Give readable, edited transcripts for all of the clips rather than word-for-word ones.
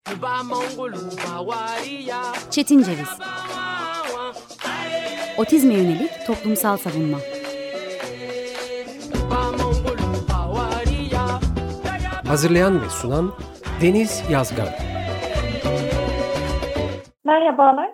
Çetin Ceviz. Otizme yönelik toplumsal savunma. Hazırlayan ve sunan Deniz Yazgan. Merhabalar,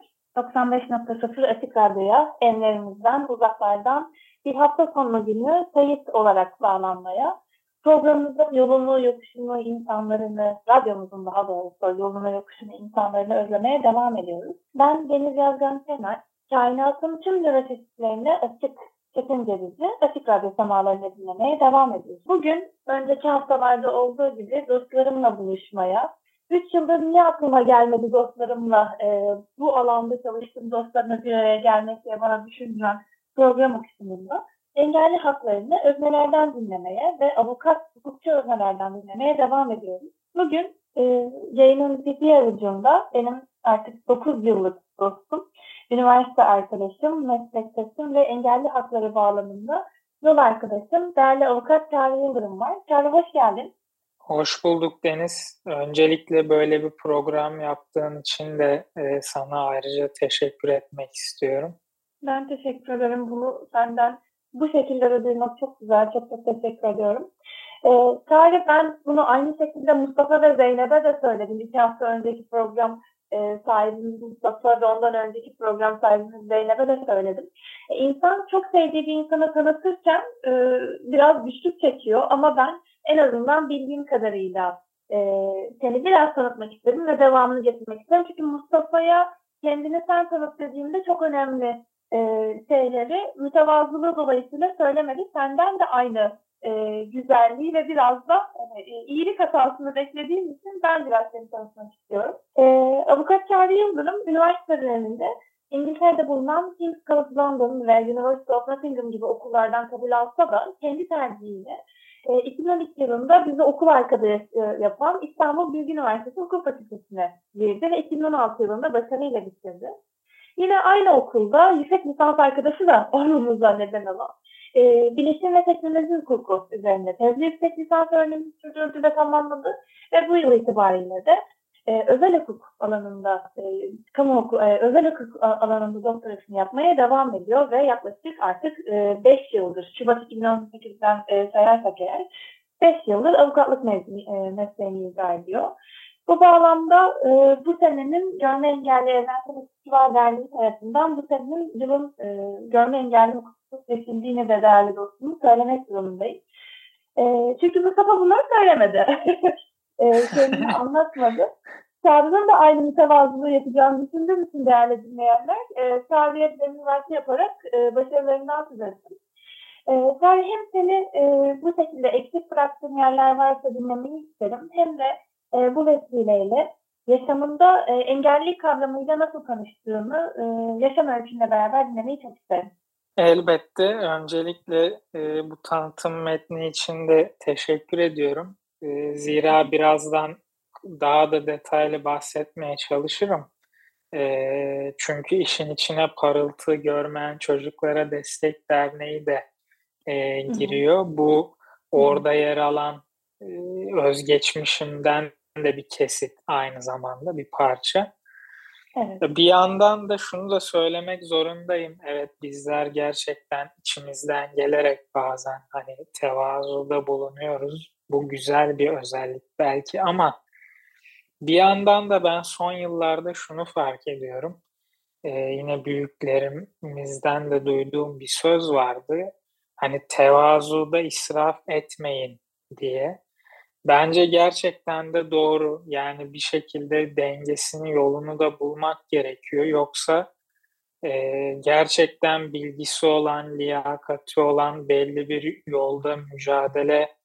95.0 Açık Radyo'ya evlerimizden, uzaklardan bir hafta sonu günü kayıt olarak bağlanmaya, programımızın yolunu, yokuşunu, insanlarını, radyomuzun daha doğrusu yolunu, yokuşunu, insanlarını özlemeye devam ediyoruz. Ben Deniz Yazgan Şener, kainatın tüm nöroçeşitlerine açık Çetin Ceviz'i Açık Radyo semalarını dinlemeye devam ediyoruz. Bugün önceki haftalarda olduğu gibi dostlarımla buluşmaya, 3 yıldır niye aklıma gelmedi dostlarımla bu alanda çalıştığım dostlarımla bir araya gelmek diye bana düşündüren program akışımında engelli haklarını öznelerden dinlemeye ve avukat, hukukçu öznelerden dinlemeye devam ediyoruz. Bugün yayının bir diğer ucunda benim artık 9 yıllık dostum, üniversite arkadaşım, meslektaşım ve engelli hakları bağlamında yol arkadaşım, değerli avukat Çağrı Yıldırım var. Çağrı, hoş geldin. Hoş bulduk Deniz. Öncelikle böyle bir program yaptığın için de sana ayrıca teşekkür etmek istiyorum. Ben teşekkür ederim. Bunu senden bu şekilde duymak çok güzel. Çok çok teşekkür ediyorum. Çağrı, ben bunu aynı şekilde Mustafa ve Zeynep'e de söyledim. 2 hafta önceki program sahibimiz Mustafa ve ondan önceki program sahibimiz Zeynep'e de söyledim. İnsan çok sevdiği bir insana tanıtırken biraz güçlük çekiyor ama ben en azından bildiğim kadarıyla seni biraz tanıtmak istedim ve devamını getirmek istedim. Çünkü Mustafa'ya kendini sen tanıt dediğimde çok önemli şeyleri mütevazılığı dolayısıyla söylemedik. Senden de aynı güzelliği ve biraz da iyilik hatasını beklediğim için ben biraz seni tanıtmak istiyorum. Avukat Çağrı Yıldırım, üniversite döneminde İngiltere'de bulunan King's College London ve University of Nottingham gibi okullardan kabul alsa da kendi tercihiyle 2012 yılında bizi okul arkadaşı yapan İstanbul Bilgi Üniversitesi Hukuk Fakültesi'ne girdi ve 2016 yılında başarıyla bitirdi. Yine aynı okulda yüksek lisans arkadaşı da olmamıza neden olan bilişim ve teknoloji hukuku üzerine tezli yüksek lisans öğrenimi sürdürdü ve tamamladı ve bu yıl itibariyle de özel hukuk alanında özel hukuk alanında doktorasını yapmaya devam ediyor ve yaklaşık artık 5 yıldır, Şubat 2018'den sayarsak eğer 5 yıldır avukatlık mesleğini icra ediyor. Bu bağlamda bu senenin Görme Engelli Evrensel Festival Derneği tarafından bu senenin yılın görme engelli hukuksuz seçildiğini de değerli dostumu söylemek durumundayım. Çünkü Mustafa bunları söylemedi. Kendini anlatmadı. Çağrı'nın da aynı mütevazılığı yapacağını düşündüğüm için değerli dinleyenler, Çağrı'ya bir üniversite yaparak başarılarından söz ettim. Çağrı, hem seni bu şekilde eksik bıraktığın yerler varsa dinlemeyi isterim, hem de bu vesileyle yaşamında engellilik kavramıyla nasıl tanıştığını yaşam öykünle beraber dinlemeyi çok isterim. Elbette. Öncelikle bu tanıtım metni için de teşekkür ediyorum. Zira birazdan daha da detaylı bahsetmeye çalışırım. Çünkü işin içine Parıltı Görmeyen Çocuklara Destek Derneği de giriyor. Bu orada yer alan özgeçmişimden de bir kesit, aynı zamanda bir parça. Evet. Bir yandan da şunu da söylemek zorundayım. Evet, bizler gerçekten içimizden gelerek bazen hani tevazuda bulunuyoruz. Bu güzel bir özellik belki ama bir yandan da ben son yıllarda şunu fark ediyorum. Yine büyüklerimizden de duyduğum bir söz vardı. Hani tevazuda israf etmeyin diye. Bence gerçekten de doğru. Yani bir şekilde dengesini, yolunu da bulmak gerekiyor. Yoksa gerçekten bilgisi olan, liyakati olan, belli bir yolda mücadele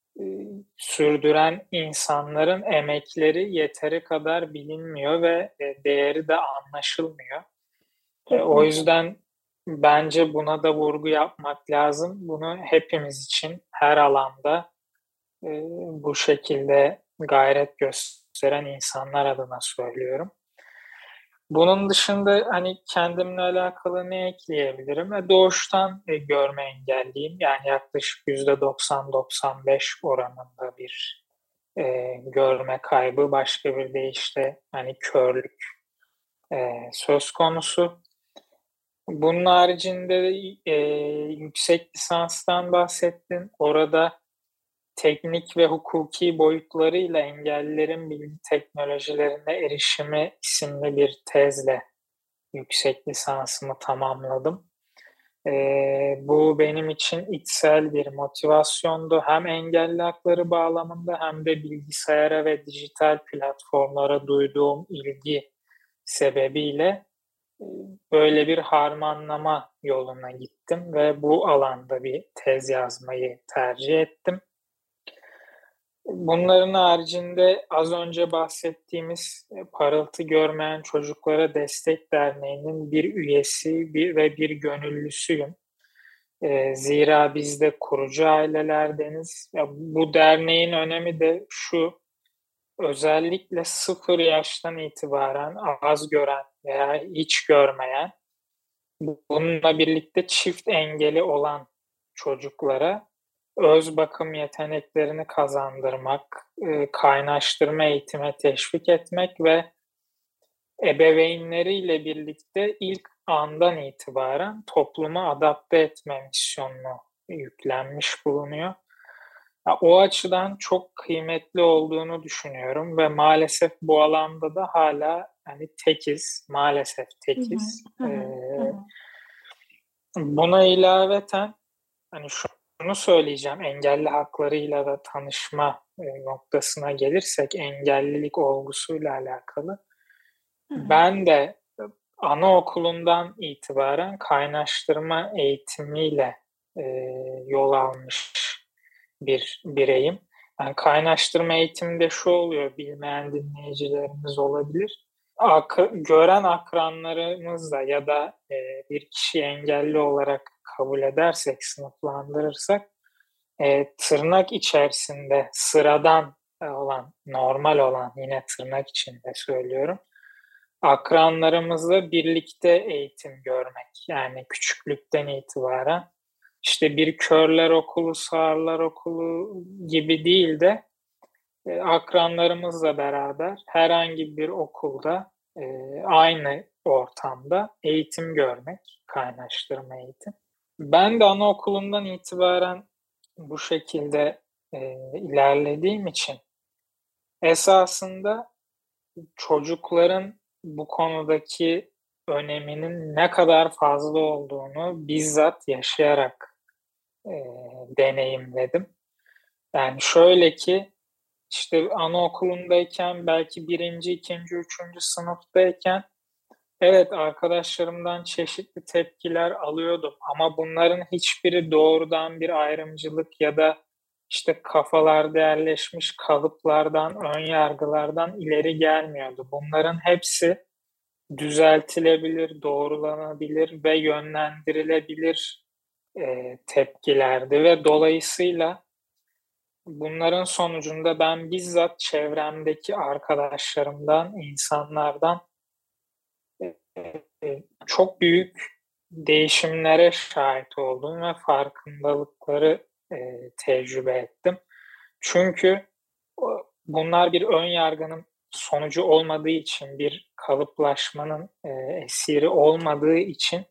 sürdüren insanların emekleri yeteri kadar bilinmiyor ve değeri de anlaşılmıyor. O yüzden bence buna da vurgu yapmak lazım. Bunu hepimiz için her alanda bu şekilde gayret gösteren insanlar adına söylüyorum. Bunun dışında hani kendimle alakalı ne ekleyebilirim? Doğuştan görme engelliyim. Yani yaklaşık %90-95 oranında bir görme kaybı, başka bir deyişle hani körlük söz konusu. Bunun haricinde yüksek lisanstan bahsettin. Orada teknik ve hukuki boyutlarıyla engellilerin bilim teknolojilerine erişimi isimli bir tezle yüksek lisansımı tamamladım. Bu benim için içsel bir motivasyondu. Hem engelli hakları bağlamında hem de bilgisayara ve dijital platformlara duyduğum ilgi sebebiyle böyle bir harmanlama yoluna gittim ve bu alanda bir tez yazmayı tercih ettim. Bunların haricinde az önce bahsettiğimiz Parıltı Görmeyen Çocuklara Destek Derneği'nin bir üyesi ve bir gönüllüsüyüm. Zira biz de kurucu ailelerdeniz. Bu derneğin önemi de şu: özellikle 0 yaştan itibaren az gören veya hiç görmeyen, bununla birlikte çift engeli olan çocuklara öz bakım yeteneklerini kazandırmak, kaynaştırma eğitime teşvik etmek ve ebeveynleriyle birlikte ilk andan itibaren topluma adapte etme misyonunu yüklenmiş bulunuyor. O açıdan çok kıymetli olduğunu düşünüyorum ve maalesef bu alanda da hala hani tekiz, maalesef tekiz. Buna ilaveten hani şunu söyleyeceğim, engelli haklarıyla da tanışma noktasına gelirsek, engellilik olgusuyla alakalı. Ben de anaokulundan itibaren kaynaştırma eğitimiyle yol almış bir bireyim. Yani kaynaştırma eğitiminde şu oluyor, bilmeyen dinleyicilerimiz olabilir. Gören akranlarımızla ya da bir kişiyi engelli olarak kabul edersek, sınıflandırırsak, tırnak içerisinde sıradan olan, normal olan, yine tırnak içinde söylüyorum, akranlarımızla birlikte eğitim görmek. Yani küçüklükten itibaren işte bir körler okulu, sağırlar okulu gibi değil de akranlarımızla beraber herhangi bir okulda aynı ortamda eğitim görmek, kaynaştırma eğitim. Ben de anaokulundan itibaren bu şekilde ilerlediğim için esasında çocukların bu konudaki öneminin ne kadar fazla olduğunu bizzat yaşayarak deneyimledim. Yani şöyle ki, işte anaokulundayken, belki 1., 2., 3. sınıftayken evet, arkadaşlarımdan çeşitli tepkiler alıyordum ama bunların hiçbiri doğrudan bir ayrımcılık ya da işte kafalarda yerleşmiş kalıplardan, ön yargılardan ileri gelmiyordu. Bunların hepsi düzeltilebilir, doğrulanabilir ve yönlendirilebilir tepkilerdi ve dolayısıyla bunların sonucunda ben bizzat çevremdeki arkadaşlarımdan, insanlardan çok büyük değişimlere şahit oldum ve farkındalıkları tecrübe ettim. Çünkü bunlar bir ön yargının sonucu olmadığı için, bir kalıplaşmanın esiri olmadığı için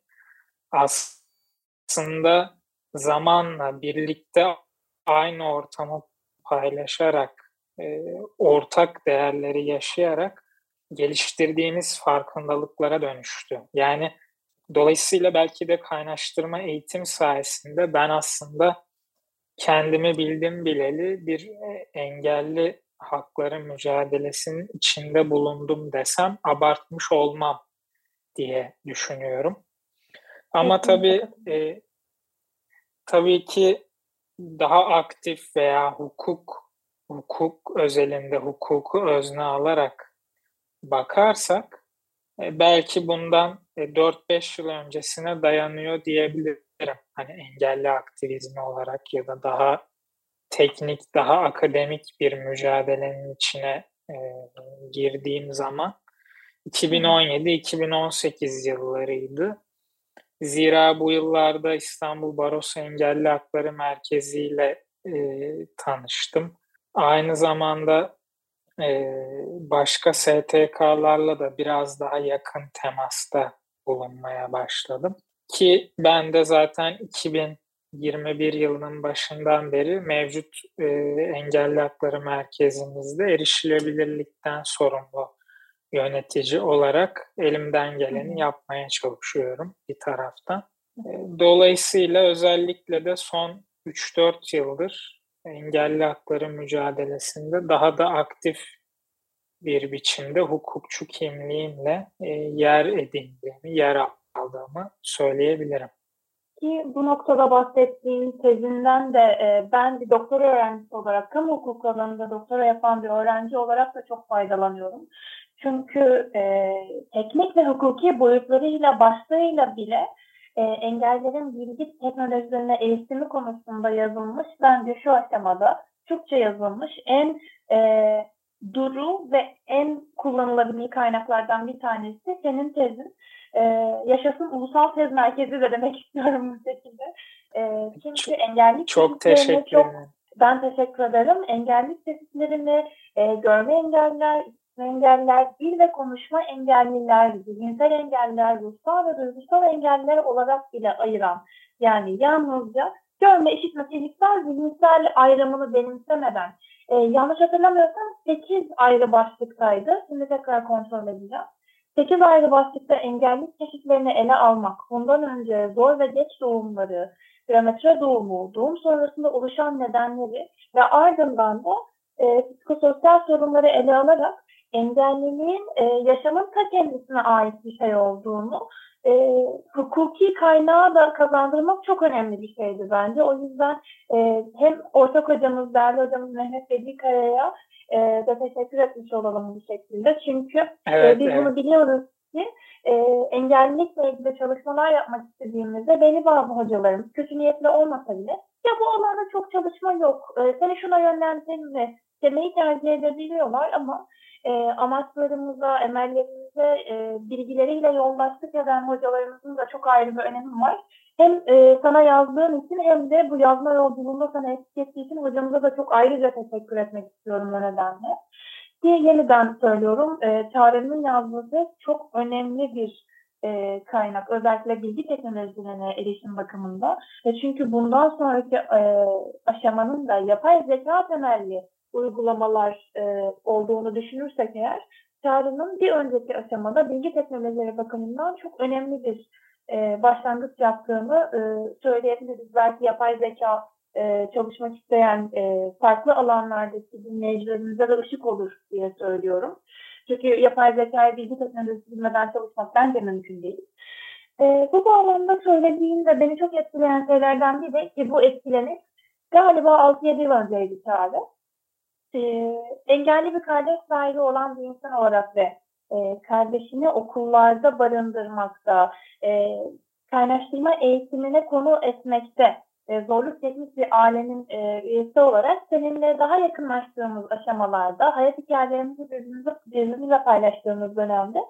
aslında zamanla birlikte aynı ortamı paylaşarak, ortak değerleri yaşayarak geliştirdiğimiz farkındalıklara dönüştü. Yani dolayısıyla belki de kaynaştırma eğitim sayesinde ben aslında kendimi bildim bileli bir engelli hakları mücadelesinin içinde bulundum desem abartmış olmam diye düşünüyorum. Ama tabii ki daha aktif veya hukuk özelinde hukuku özne alarak bakarsak belki bundan 4-5 yıl öncesine dayanıyor diyebilirim. Hani engelli aktivizmi olarak ya da daha teknik, daha akademik bir mücadelenin içine girdiğim zaman 2017-2018 yıllarıydı. Zira bu yıllarda İstanbul Barosu Engelli Hakları Merkezi ile tanıştım. Aynı zamanda başka STK'larla da biraz daha yakın temasta bulunmaya başladım. Ki ben de zaten 2021 yılının başından beri mevcut Engelli Hakları Merkezimizde erişilebilirlikten sorumlu yönetici olarak elimden geleni yapmaya çalışıyorum bir taraftan. Dolayısıyla özellikle de son 3-4 yıldır engelli hakları mücadelesinde daha da aktif bir biçimde hukukçu kimliğimle yer edindiğimi, yer aldığımı söyleyebilirim. Ki bu noktada bahsettiğin tezinden de ben bir doktora öğrencisi olarak, kamu hukuku alanında doktora yapan bir öğrenci olarak da çok faydalanıyorum. Çünkü teknik ve hukuki boyutlarıyla, başlığıyla bile engellerin bilgi teknolojilerine erişimi konusunda yazılmış, bence şu aşamada Türkçe yazılmış en duru ve en kullanılabilir kaynaklardan bir tanesi senin tezin. Yaşasın Ulusal Tez Merkezi de demek istiyorum bu şekilde. Çünkü engellilik çok teşekkür ederim. Ben teşekkür ederim. Engellilik çeşitlerini görme engelliler, engeller, dil ve konuşma engelliler, zihinsel engeller, ruhsal ve duygusal engeller olarak bile ayıran, yani yalnızca görme, işitme, fiziksel, zihinsel ayrımını benimsemeden, yanlış hatırlamıyorsam 8 ayrı başlıktaydı. Şimdi tekrar kontrol edeceğim. 8 ayrı başlıkta engellilik çeşitlerini ele almak, bundan önce zor ve geç doğumları, prematüre doğumu, doğum sonrasında oluşan nedenleri ve ardından da psikososyal sorunları ele alarak engelliliğin yaşamın ta kendisine ait bir şey olduğunu hukuki kaynağı da kazandırmak çok önemli bir şeydi bence. O yüzden hem ortak hocamız, değerli hocamız Mehmet Veli Kara'ya da teşekkür etmiş olalım bu şekilde. Çünkü biz bunu biliyoruz ki engellilikle ilgili çalışmalar yapmak istediğimizde belli bazı hocalarımız kötü niyetli olmasa bile ya bu alanda çok çalışma yok, seni şuna yönlendirelim mi demeyi tercih edebiliyorlar ama amaçlarımıza, emellerimize bilgileriyle yoldaşlık eden hocalarımızın da çok ayrı bir önemi var. Hem sana yazdığın için hem de bu yazma yolculuğunda sana eşlik ettiği için hocamıza da çok ayrıca teşekkür etmek istiyorum o nedenle. Diye yeniden söylüyorum, Çağrı'nın yazdığı çok önemli bir kaynak. Özellikle bilgi teknolojilerine erişim bakımında. Çünkü bundan sonraki aşamanın da yapay zeka temelli uygulamalar olduğunu düşünürsek eğer, Çağrı'nın bir önceki aşamada bilgi teknolojileri bakımından çok önemli bir başlangıç yaptığını söyleyebiliriz. Belki yapay zeka çalışmak isteyen farklı alanlardaki dinleyicilerimize de ışık olur diye söylüyorum. Çünkü yapay zekayı bilgi teknolojisi bilmeden çalışmak bence mümkün değil. Bu bağlamda söylediğinde beni çok etkileyen şeylerden biri ki bu etkileniş galiba 6-7 yıl önceydi Çağrı. Engelli bir kardeş sahibi olan bir insan olarak ve kardeşini okullarda barındırmakta, kaynaştırma eğitimine konu etmekte zorluk çekmiş bir ailenin üyesi olarak seninle daha yakınlaştığımız aşamalarda, hayat hikayelerimizi birbirimizle paylaştığımız dönemde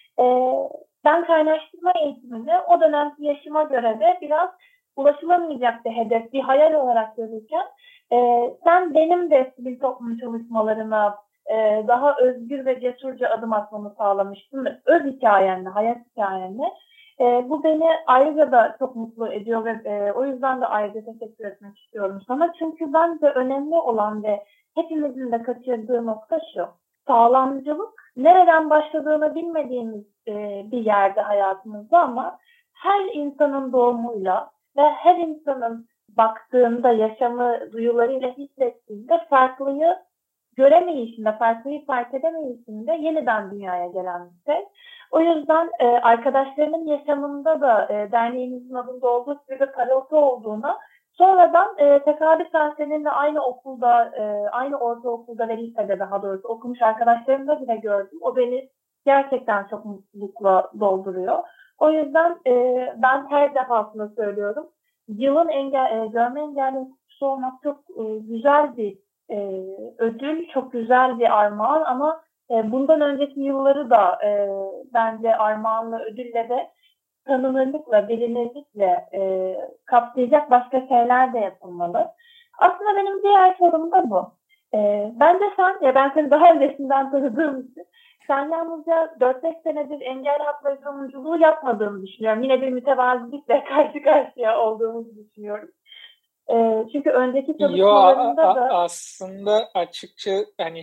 ben kaynaştırma eğitimini o dönemki yaşıma göre de biraz ulaşılamayacak bir hedef, bir hayal olarak görürken sen benim de sivil toplum çalışmalarına daha özgür ve cesurca adım atmamı sağlamıştın. Öz hikayenle, hayat hikayenle. Bu beni ayrıca da çok mutlu ediyor ve o yüzden de ayrıca teşekkür etmek istiyorum sana. Çünkü bence önemli olan ve hepimizin de kaçırdığı nokta şu. Sağlamcılık nereden başladığını bilmediğimiz bir yerde hayatımızda ama her insanın doğumuyla ve her insanın baktığında, yaşamı duyularıyla hissettiğinde farklıyı göremeyişinde, farklıyı fark edemeyişinde yeniden dünyaya gelen bir şey. O yüzden arkadaşlarımın yaşamında da derneğimizin adında olduğu gibi bir parıltı olduğuna sonradan tesadüfen seninle aynı okulda, aynı ortaokulda ve lisede daha doğrusu okumuş arkadaşlarımda bile gördüm. O beni gerçekten çok mutlulukla dolduruyor. O yüzden ben her defasında söylüyorum. Yılın görme engelli hukukçusu olmak çok güzel bir ödül, çok güzel bir armağan ama bundan önceki yılları da bence armağanla, ödülle de tanınırlıkla, bilinirlikle kapsayacak başka şeyler de yapılmalı. Aslında benim diğer sorum da bu. Bence ben seni daha öncesinden tanıdığım için sen yalnızca 4-5 senedir engelli hakları savunuculuğu yapmadığını düşünüyorum. Yine bir mütevazilikle karşı karşıya olduğumuzu düşünüyorum. Çünkü önceki çalışmalarında da... Aslında açıkça hani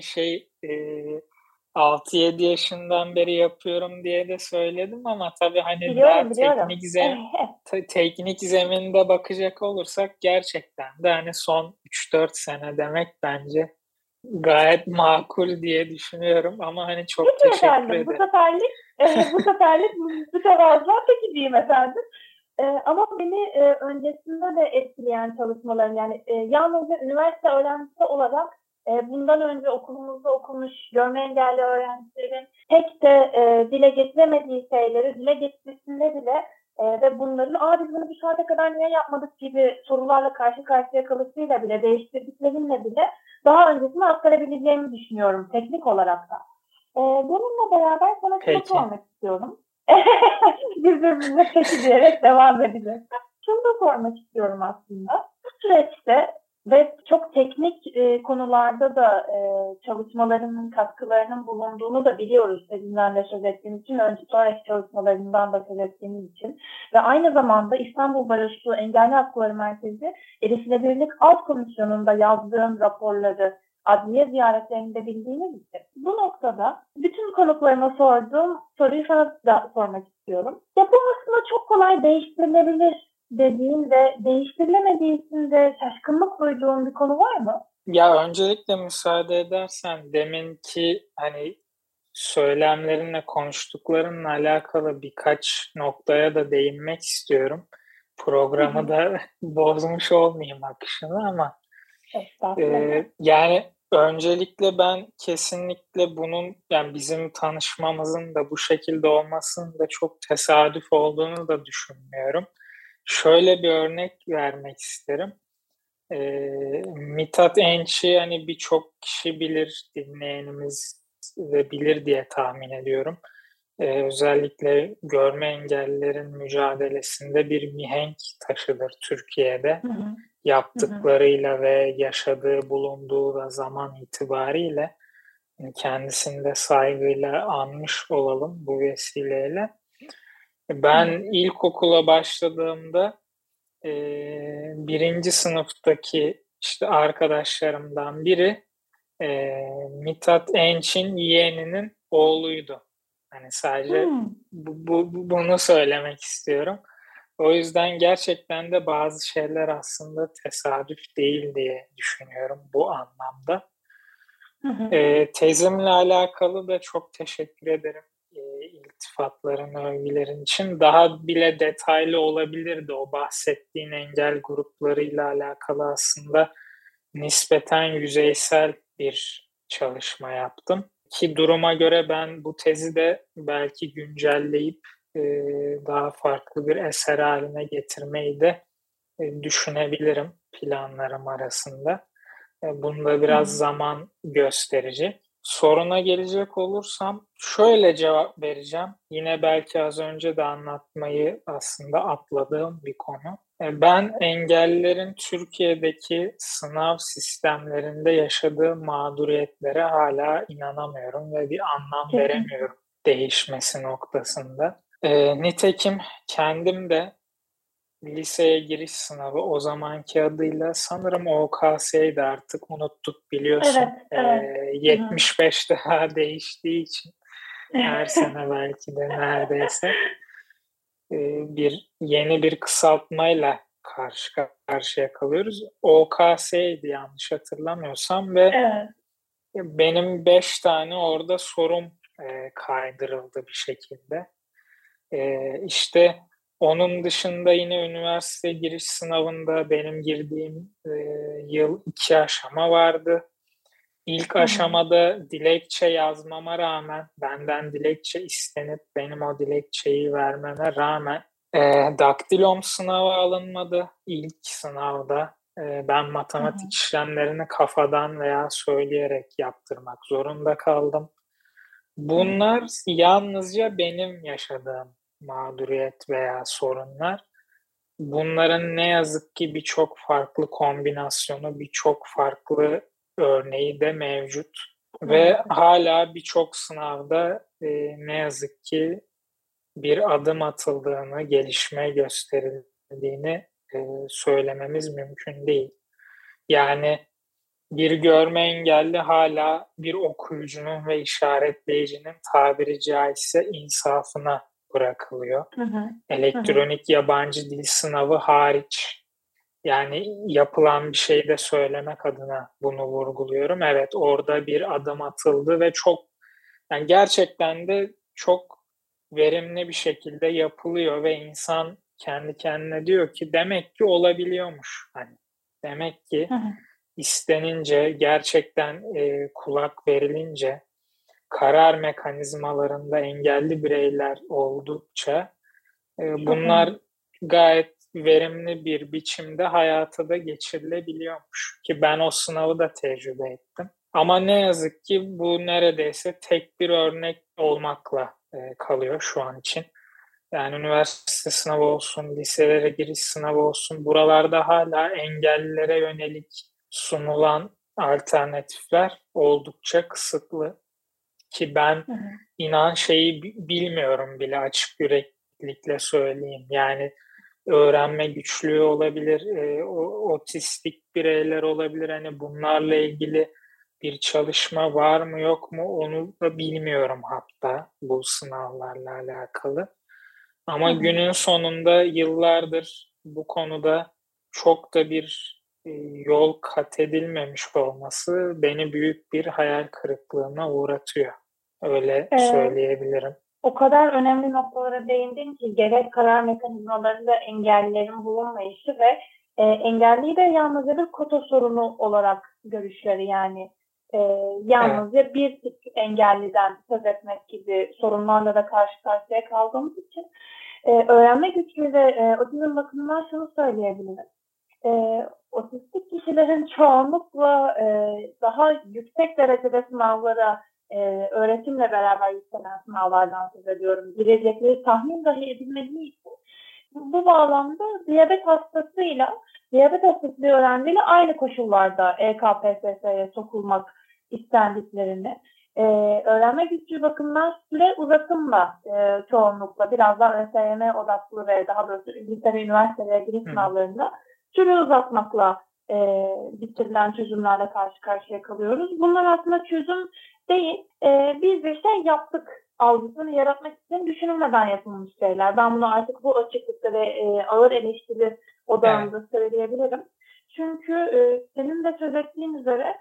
6-7 yaşından beri yapıyorum diye de söyledim ama tabii hani biliyorum. teknik zeminde bakacak olursak gerçekten de hani son 3-4 sene demek bence gayet makul diye düşünüyorum ama hani çok peki teşekkür efendim, ederim. Bu seferlik mütevazılar peki diyeyim efendim. Ama beni öncesinde de etkileyen çalışmaların yani yalnızca üniversite öğrencisi olarak bundan önce okulumuzda okumuş görme engelli öğrencilerin pek de dile getiremediği şeyleri dile getirisinde bile ve bunların biz bunu bu saate kadar niye yapmadık gibi sorularla karşı karşıya kalışıyla bile değiştirdiklerinle bile daha öncesinde aktarabileceğimi düşünüyorum teknik olarak da. Bununla beraber sana şunu sormak istiyorum. Birbirimize peki diyerek devam edeceğiz. Şunu da sormak istiyorum aslında. Bu süreçte ve çok teknik konularda da çalışmalarının, katkılarının bulunduğunu da biliyoruz. Seninle de söz ettiğim için, sonraki çalışmalarından da söz ettiğimiz için. Ve aynı zamanda İstanbul Barosu Engelli Hakları Merkezi Erişilebilirlik Alt Komisyonu'nda yazdığım raporları adliye ziyaretlerinde bildiğiniz için bu noktada bütün konuklarıma sorduğum soruyu sana da sormak istiyorum. Ya bu aslında çok kolay değiştirilebilir dediğin ve değiştirilemediği için de şaşkınlık duyduğun bir konu var mı? Ya öncelikle müsaade edersen deminki hani söylemlerinle konuştuklarınla alakalı birkaç noktaya da değinmek istiyorum. Programı da bozmuş olmayayım akışını ama yani öncelikle ben kesinlikle bunun yani bizim tanışmamızın da bu şekilde olmasının da çok tesadüf olduğunu da düşünmüyorum. Şöyle bir örnek vermek isterim. Mithat Enç'i hani birçok kişi bilir, dinleyenimiz de bilir diye tahmin ediyorum. Özellikle görme engellilerin mücadelesinde bir mihenk taşıdır Türkiye'de. Yaptıklarıyla ve yaşadığı, bulunduğu da zaman itibariyle kendisini de saygıyla anmış olalım bu vesileyle. Ben ilkokula başladığımda birinci sınıftaki işte arkadaşlarımdan biri Mithat Enç'in yeğeninin oğluydu. Hani sadece bunu söylemek istiyorum. O yüzden gerçekten de bazı şeyler aslında tesadüf değil diye düşünüyorum bu anlamda. Tezimle alakalı da çok teşekkür ederim iltifatların, övgülerin için. Daha bile detaylı olabilirdi o bahsettiğin engel gruplarıyla alakalı aslında nispeten yüzeysel bir çalışma yaptım. Ki duruma göre ben bu tezi de belki güncelleyip daha farklı bir eser haline getirmeyi de düşünebilirim planlarım arasında. Bunda biraz zaman gösterici. Soruna gelecek olursam şöyle cevap vereceğim. Yine belki az önce de anlatmayı aslında atladığım bir konu. Ben engellilerin Türkiye'deki sınav sistemlerinde yaşadığı mağduriyetlere hala inanamıyorum ve bir anlam veremiyorum değişmesi noktasında. Nitekim kendim de liseye giriş sınavı o zamanki adıyla sanırım OKS'ydi artık unuttuk biliyorsun. Evet. 75 daha değiştiği için her sene belki de neredeyse yeni bir kısaltmayla karşı karşıya kalıyoruz. OKS'ydi yanlış hatırlamıyorsam ve benim 5 tane orada sorum kaydırıldı bir şekilde. İşte onun dışında yine üniversite giriş sınavında benim girdiğim yıl 2 aşama vardı. İlk aşamada dilekçe yazmama rağmen, benden dilekçe istenip benim o dilekçeyi vermeme rağmen daktilom sınava alınmadı ilk sınavda. Ben matematik işlemlerini kafadan veya söyleyerek yaptırmak zorunda kaldım. Bunlar yalnızca benim yaşadığım mağduriyet veya sorunlar. Bunların ne yazık ki birçok farklı kombinasyonu, birçok farklı örneği de mevcut. Ve hala birçok sınavda ne yazık ki bir adım atıldığını, gelişme gösterildiğini söylememiz mümkün değil. Yani bir görme engelli hala bir okuyucunun ve işaretleyicinin tabiri caizse insafına bırakılıyor. Elektronik yabancı dil sınavı hariç. Yani yapılan bir şey de söylemek adına bunu vurguluyorum. Evet, orada bir adım atıldı ve çok, yani gerçekten de çok verimli bir şekilde yapılıyor ve insan kendi kendine diyor ki demek ki olabiliyormuş. Hani demek ki istenince, gerçekten kulak verilince, karar mekanizmalarında engelli bireyler oldukça bunlar gayet verimli bir biçimde hayata da geçirilebiliyormuş. Ki ben o sınavı da tecrübe ettim. Ama ne yazık ki bu neredeyse tek bir örnek olmakla kalıyor şu an için. Yani üniversite sınavı olsun, liselere giriş sınavı olsun, buralarda hala engellilere yönelik sunulan alternatifler oldukça kısıtlı. Ki ben inan şeyi bilmiyorum bile, açık yüreklilikle söyleyeyim. Yani öğrenme güçlüğü olabilir, otistik bireyler olabilir. Hani bunlarla ilgili bir çalışma var mı yok mu onu da bilmiyorum hatta bu sınavlarla alakalı. Ama günün sonunda yıllardır bu konuda çok da bir yol kat edilmemiş olması beni büyük bir hayal kırıklığına uğratıyor. Öyle söyleyebilirim. O kadar önemli noktalara değindin ki gerek karar mekanizmalarında engellilerin bulunmayışı ve engelliyi de yalnızca bir kota sorunu olarak görüşleri, yani yalnızca bir tip engelliden söz etmek gibi sorunlarla da karşı karşıya kaldığımız için öğrenme güçlüğü ve otizm bakımından şunu söyleyebilirim. Otistik kişilerin çoğunlukla daha yüksek derecede sınavlara öğretimle beraber yükselen sınavlardan söz ediyorum. Girecekleri tahmin dahi edilmediği için bu bağlamda diyabet hastasıyla diyabet hastası öğrenciyle aynı koşullarda EKPSS'ye sokulmak istendiklerini, öğrenme güçlüğü bakımından süre uzatımla çoğunlukla biraz daha ÖSYM odaklı ve daha doğrusu lise ve üniversitelere giriş sınavlarında süre uzatmakla bitirilen çözümlerle karşı karşıya kalıyoruz. Bunlar aslında çözüm değil, biz bir şey yaptık algısını yaratmak için düşünülmeden yapılmış şeyler. Ben bunu artık bu açıklıkta ve ağır eleştiri odağında söyleyebilirim. Çünkü senin de söz ettiğin üzere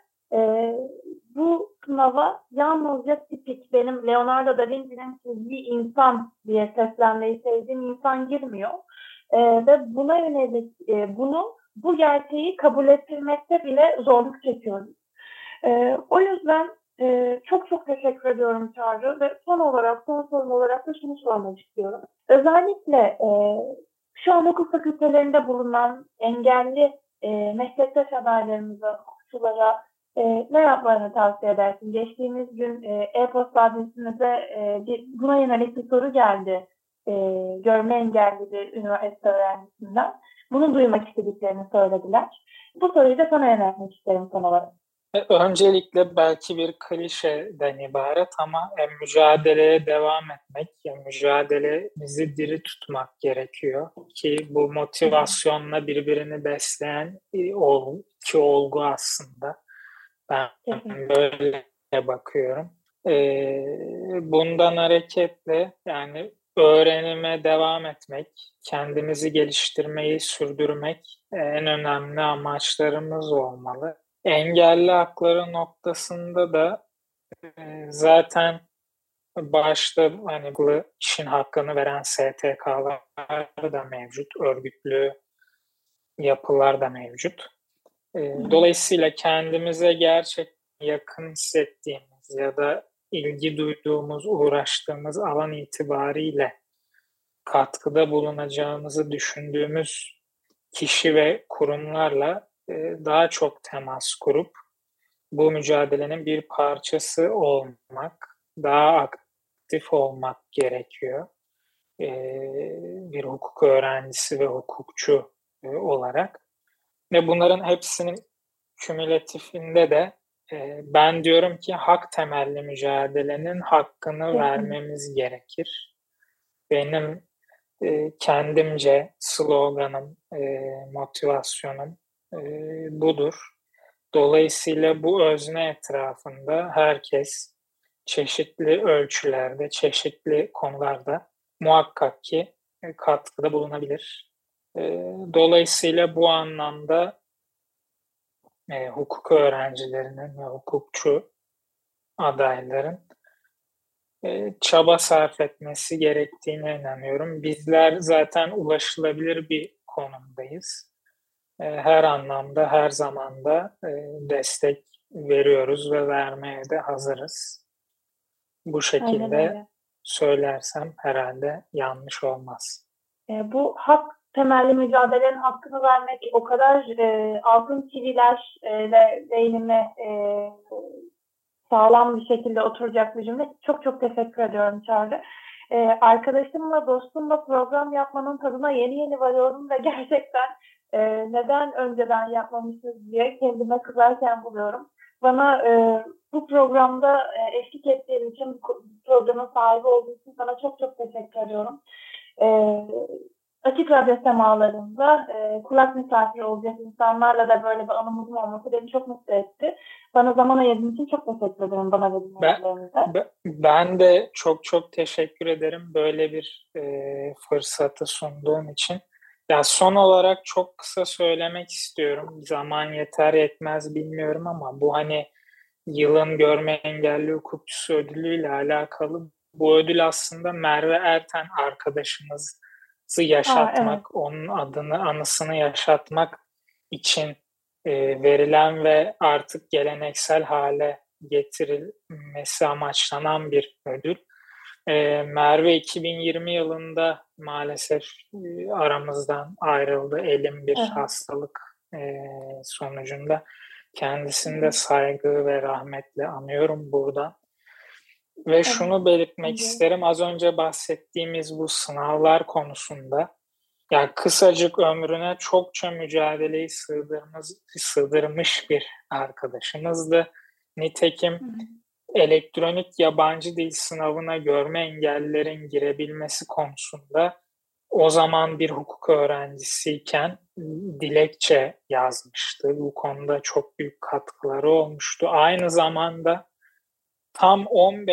bu sınava yalnızca tipik, benim Leonardo da Vinci'nin çizdiği insan diye seslenmeyi sevdiğim insan girmiyor. Ve buna yönelik bu gerçeği kabul ettirmekte bile zorluk çekiyoruz. O yüzden çok çok teşekkür ediyorum Çağrı ve son sorum olarak da şunu sormak istiyorum. Özellikle şu an okul fakültelerinde bulunan engelli meslektaş adaylarımıza, hukukçulara ne yapmalarını tavsiye edersin? Geçtiğimiz gün e-posta adresimize buna yönelik bir soru geldi. Görme engelli bir üniversite öğrencisinden. Bunu duymak istediklerini söylediler. Bu soruyu da sana yöneltmek isterim son olarak. Öncelikle belki bir klişeden ibaret ama mücadeleye devam etmek, mücadelemizi diri tutmak gerekiyor ki bu motivasyonla birbirini besleyen iki olgu aslında. Ben böyle bakıyorum. Bundan hareketle yani öğrenime devam etmek, kendimizi geliştirmeyi sürdürmek en önemli amaçlarımız olmalı. Engelli hakları noktasında da zaten başta hani bu işin hakkını veren STK'lar da mevcut, örgütlü yapılar da mevcut. Dolayısıyla kendimize gerçekten yakın hissettiğimiz ya da ilgi duyduğumuz, uğraştığımız alan itibariyle katkıda bulunacağımızı düşündüğümüz kişi ve kurumlarla daha çok temas kurup bu mücadelenin bir parçası olmak, daha aktif olmak gerekiyor. Bir hukuk öğrencisi ve hukukçu olarak. Ve bunların hepsinin kümülatifinde de Ben diyorum ki hak temelli mücadelenin hakkını vermemiz gerekir. Benim kendimce sloganım, motivasyonum budur. Dolayısıyla bu özne etrafında herkes çeşitli ölçülerde, çeşitli konularda muhakkak ki katkıda bulunabilir. Dolayısıyla bu anlamda hukuk öğrencilerinin ve hukukçu adayların çaba sarf etmesi gerektiğine inanıyorum. Bizler zaten ulaşılabilir bir konumdayız. Her anlamda, her zamanda destek veriyoruz ve vermeye de hazırız. Bu şekilde söylersem herhalde yanlış olmaz. Bu hak temelli mücadelenin hakkını vermek o kadar altın çivilerle beynime sağlam bir şekilde oturacak bir cümle. Çok çok teşekkür ediyorum Çağrı. Arkadaşımla, dostumla program yapmanın tadına yeni yeni varıyorum ve gerçekten neden önceden yapmamışız diye kendime kızarken buluyorum. Bana bu programda eşlik ettiğin için, programın sahibi olduğun için sana çok çok teşekkür ediyorum. Açık radyo semalarında kulak misafiri olacak insanlarla da böyle bir anımızın olması beni çok mutlu etti. Bana zaman ayırdığın için çok teşekkür ederim bana ve dinleyicilerimize. Ben de çok çok teşekkür ederim böyle bir fırsatı sunduğum için. Ya son olarak çok kısa söylemek istiyorum. Zaman yeter yetmez bilmiyorum ama bu hani yılın görme engelli hukukçusu ödülüyle alakalı. Bu ödül aslında Merve Erten arkadaşımızı yaşatmak, evet, onun anısını yaşatmak için verilen ve artık geleneksel hale getirilmesi amaçlanan bir ödül. Merve 2020 yılında maalesef aramızdan ayrıldı. Elim bir hastalık sonucunda. Kendisini de saygı ve rahmetle anıyorum buradan. Ve şunu belirtmek isterim. Az önce bahsettiğimiz bu sınavlar konusunda yani kısacık ömrüne çokça mücadeleyi sığdırmış bir arkadaşımızdı. Nitekim elektronik yabancı dil sınavına görme engellilerin girebilmesi konusunda o zaman bir hukuk öğrencisiyken dilekçe yazmıştı. Bu konuda çok büyük katkıları olmuştu. Aynı zamanda tam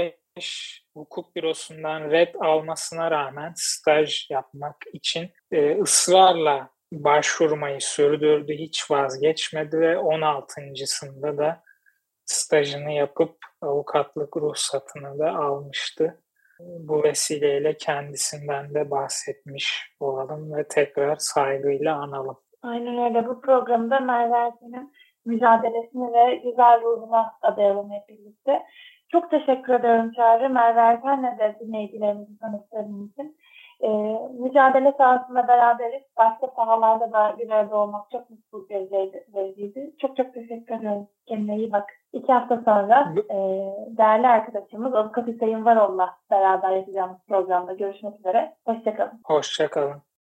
15 hukuk bürosundan red almasına rağmen staj yapmak için ısrarla başvurmayı sürdürdü, hiç vazgeçmedi ve 16.sında da stajını yapıp avukatlık ruhsatını da almıştı. Bu vesileyle kendisinden de bahsetmiş olalım ve tekrar saygıyla analım. Aynen öyle. Bu programda Merve Erten'in mücadelesini ve güzel ruhuna adayalım hep birlikte. Çok teşekkür ederim Çağrı. Merve Erten'le de dinleyicilerimizi tanıştırdığım için. Mücadele sahasında beraberiz. Başka sahalarda da bir arada olmak çok mutluluk vericiydi. Çok çok teşekkür ederim. Kendine iyi bak. 2 hafta sonra değerli arkadaşımız Avukat Hüseyin Varol'la beraber yapacağımız programda görüşmek üzere. Hoşçakalın. Hoşçakalın.